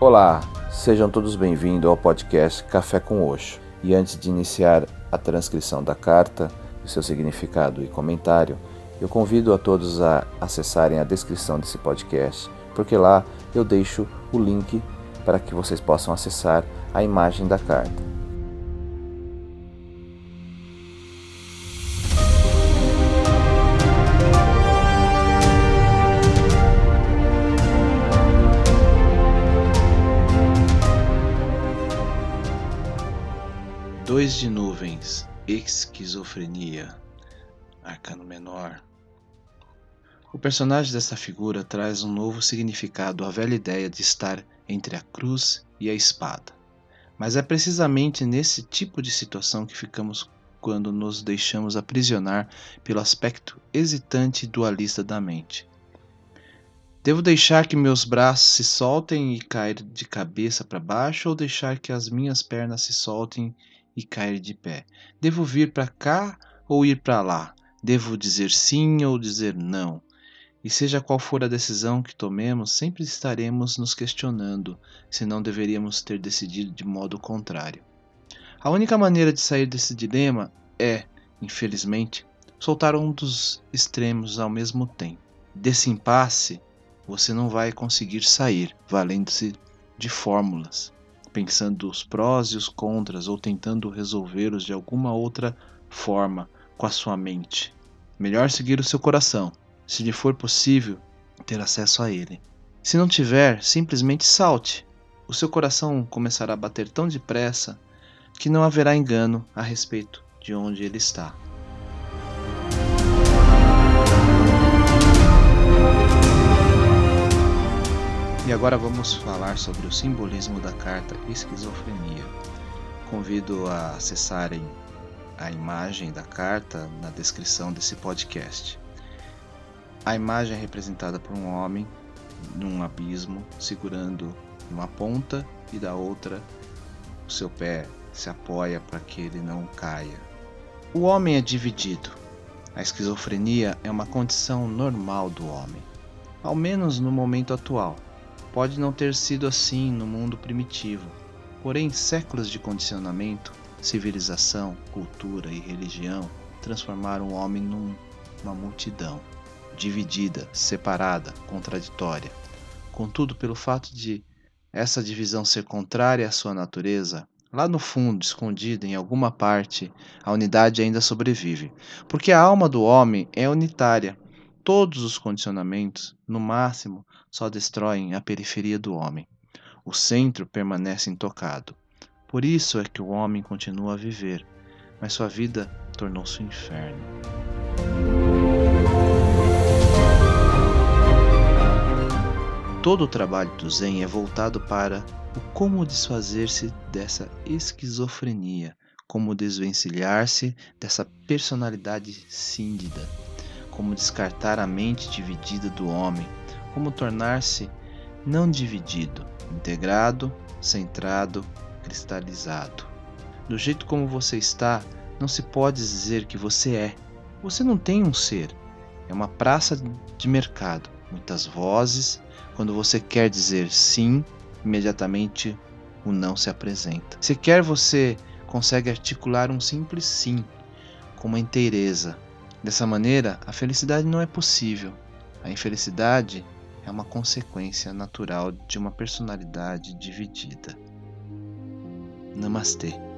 Olá, sejam todos bem-vindos ao podcast Café com Osho. E antes de iniciar a transcrição da carta, seu significado e comentário, eu convido a todos a acessarem a descrição desse podcast, porque lá eu deixo o link para que vocês possam acessar a imagem da carta. Dois de nuvens, esquizofrenia, arcano menor. O personagem dessa figura traz um novo significado à velha ideia de estar entre a cruz e a espada. Mas é precisamente nesse tipo de situação que ficamos quando nos deixamos aprisionar pelo aspecto hesitante e dualista da mente. Devo deixar que meus braços se soltem e cair de cabeça para baixo ou deixar que as minhas pernas se soltem e cair de pé? Devo vir para cá ou ir para lá? Devo dizer sim ou dizer não? E seja qual for a decisão que tomemos, sempre estaremos nos questionando se não deveríamos ter decidido de modo contrário. A única maneira de sair desse dilema é, infelizmente, soltar um dos extremos ao mesmo tempo. Desse impasse, você não vai conseguir sair valendo-se de fórmulas, pensando os prós e os contras ou tentando resolvê-los de alguma outra forma com a sua mente. Melhor seguir o seu coração, se lhe for possível ter acesso a ele. Se não tiver, simplesmente salte. O seu coração começará a bater tão depressa que não haverá engano a respeito de onde ele está. E agora vamos falar sobre o simbolismo da carta esquizofrenia. Convido a acessarem a imagem da carta na descrição desse podcast. A imagem é representada por um homem num abismo, segurando uma ponta e da outra o seu pé se apoia para que ele não caia. O homem é dividido. A esquizofrenia é uma condição normal do homem, ao menos no momento atual. Pode não ter sido assim no mundo primitivo, porém séculos de condicionamento, civilização, cultura e religião transformaram o homem numa multidão, dividida, separada, contraditória. Contudo, pelo fato de essa divisão ser contrária à sua natureza, lá no fundo, escondida em alguma parte, a unidade ainda sobrevive, porque a alma do homem é unitária. Todos os condicionamentos, no máximo, só destroem a periferia do homem. O centro permanece intocado. Por isso é que o homem continua a viver, mas sua vida tornou-se um inferno. Todo o trabalho do Zen é voltado para o como desfazer-se dessa esquizofrenia, como desvencilhar-se dessa personalidade cíndida, como descartar a mente dividida do homem, como tornar-se não dividido, integrado, centrado, cristalizado. Do jeito como você está, não se pode dizer que você é. Você não tem um ser. É uma praça de mercado, muitas vozes. Quando você quer dizer sim, imediatamente o não se apresenta. Sequer você consegue articular um simples sim, com uma inteireza. Dessa maneira, a felicidade não é possível. A infelicidade é uma consequência natural de uma personalidade dividida. Namastê.